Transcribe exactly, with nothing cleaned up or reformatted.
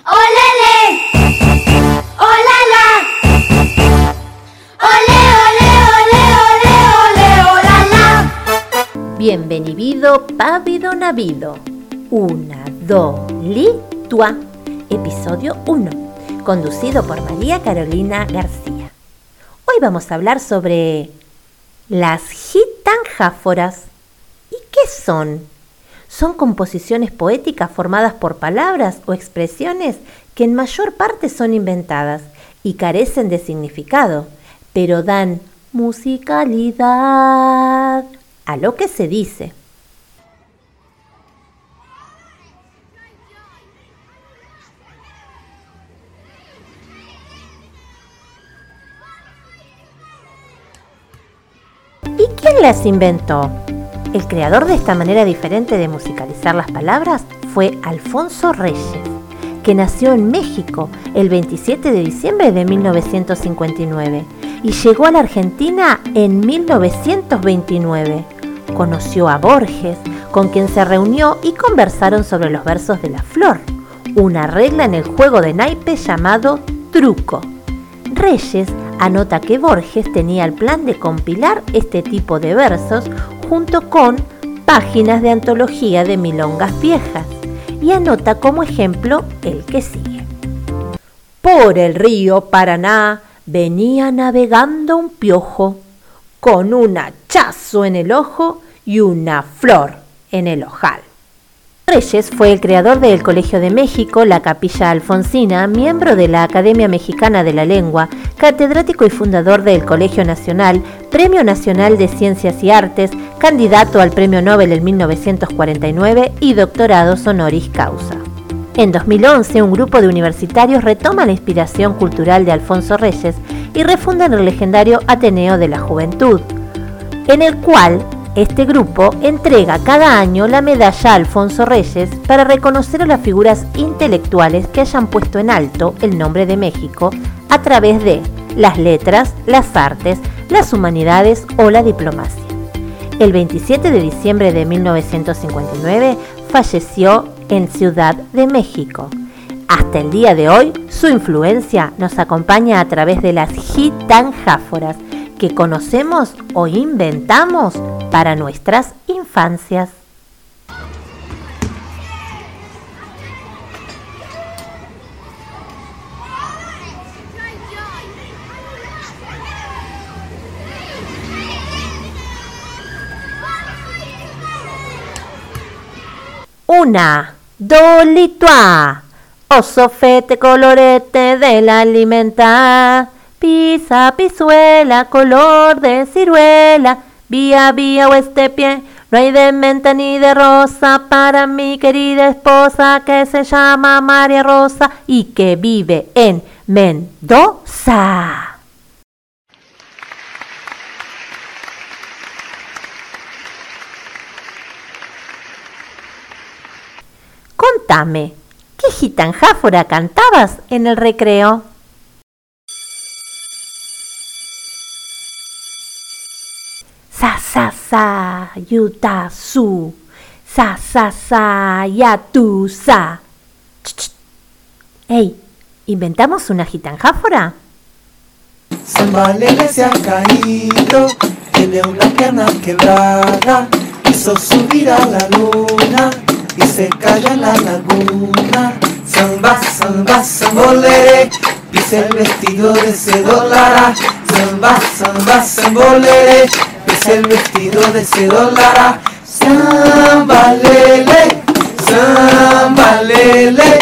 ¡Olele! ¡Olala! ¡Ole, ole, ole, ole, ole, olala! Bienvenido, pávido navido. Una, do, li, tua. Episodio uno. Conducido por María Carolina García. Hoy vamos a hablar sobre las gitanjáforas. ¿Y qué son? Son composiciones poéticas formadas por palabras o expresiones que en mayor parte son inventadas y carecen de significado, pero dan musicalidad a lo que se dice. ¿Y quién las inventó? El creador de esta manera diferente de musicalizar las palabras fue Alfonso Reyes, que nació en México el veintisiete de diciembre de mil novecientos cincuenta y nueve y llegó a la Argentina en mil novecientos veintinueve. Conoció a Borges, con quien se reunió y conversaron sobre los versos de La Flor, una regla en el juego de naipes llamado truco. Reyes anota que Borges tenía el plan de compilar este tipo de versos junto con páginas de antología de milongas viejas, y anota como ejemplo el que sigue. Por el río Paraná venía navegando un piojo, con un hachazo en el ojo y una flor en el ojal. Reyes fue el creador del Colegio de México, la Capilla Alfonsina, miembro de la Academia Mexicana de la Lengua, catedrático y fundador del Colegio Nacional, Premio Nacional de Ciencias y Artes, candidato al Premio Nobel en mil novecientos cuarenta y nueve y doctorados honoris causa. En dos mil once, un grupo de universitarios retoma la inspiración cultural de Alfonso Reyes y refundan el legendario Ateneo de la Juventud, en el cual este grupo entrega cada año la medalla Alfonso Reyes para reconocer a las figuras intelectuales que hayan puesto en alto el nombre de México a través de las letras, las artes, las humanidades o la diplomacia. El veintisiete de diciembre de mil novecientos cincuenta y nueve falleció en Ciudad de México. Hasta el día de hoy, su influencia nos acompaña a través de las gitanjáforas que conocemos o inventamos para nuestras infancias. Una, dolitua, oso fete colorete de la alimenta, pisa, pisuela, color de ciruela, vía, vía o este pie, no hay de menta ni de rosa para mi querida esposa que se llama María Rosa y que vive en Mendoza. Contame, ¿qué gitanjáfora cantabas en el recreo? Sa, sa, sa, yuta, su. Sa, sa, sa, ya, tu, sa. Ch, ch. Ey, ¿inventamos una gitanjáfora? Zambalele se ha caído, tiene una pierna quebrada, quiso subir a la luna y se cayó en la laguna. Zamba, zamba, zambolere, dice el vestido de ese dólar. Zamba, zamba, zambolere, dice el vestido de ese dólar. Zambalele, zambalele,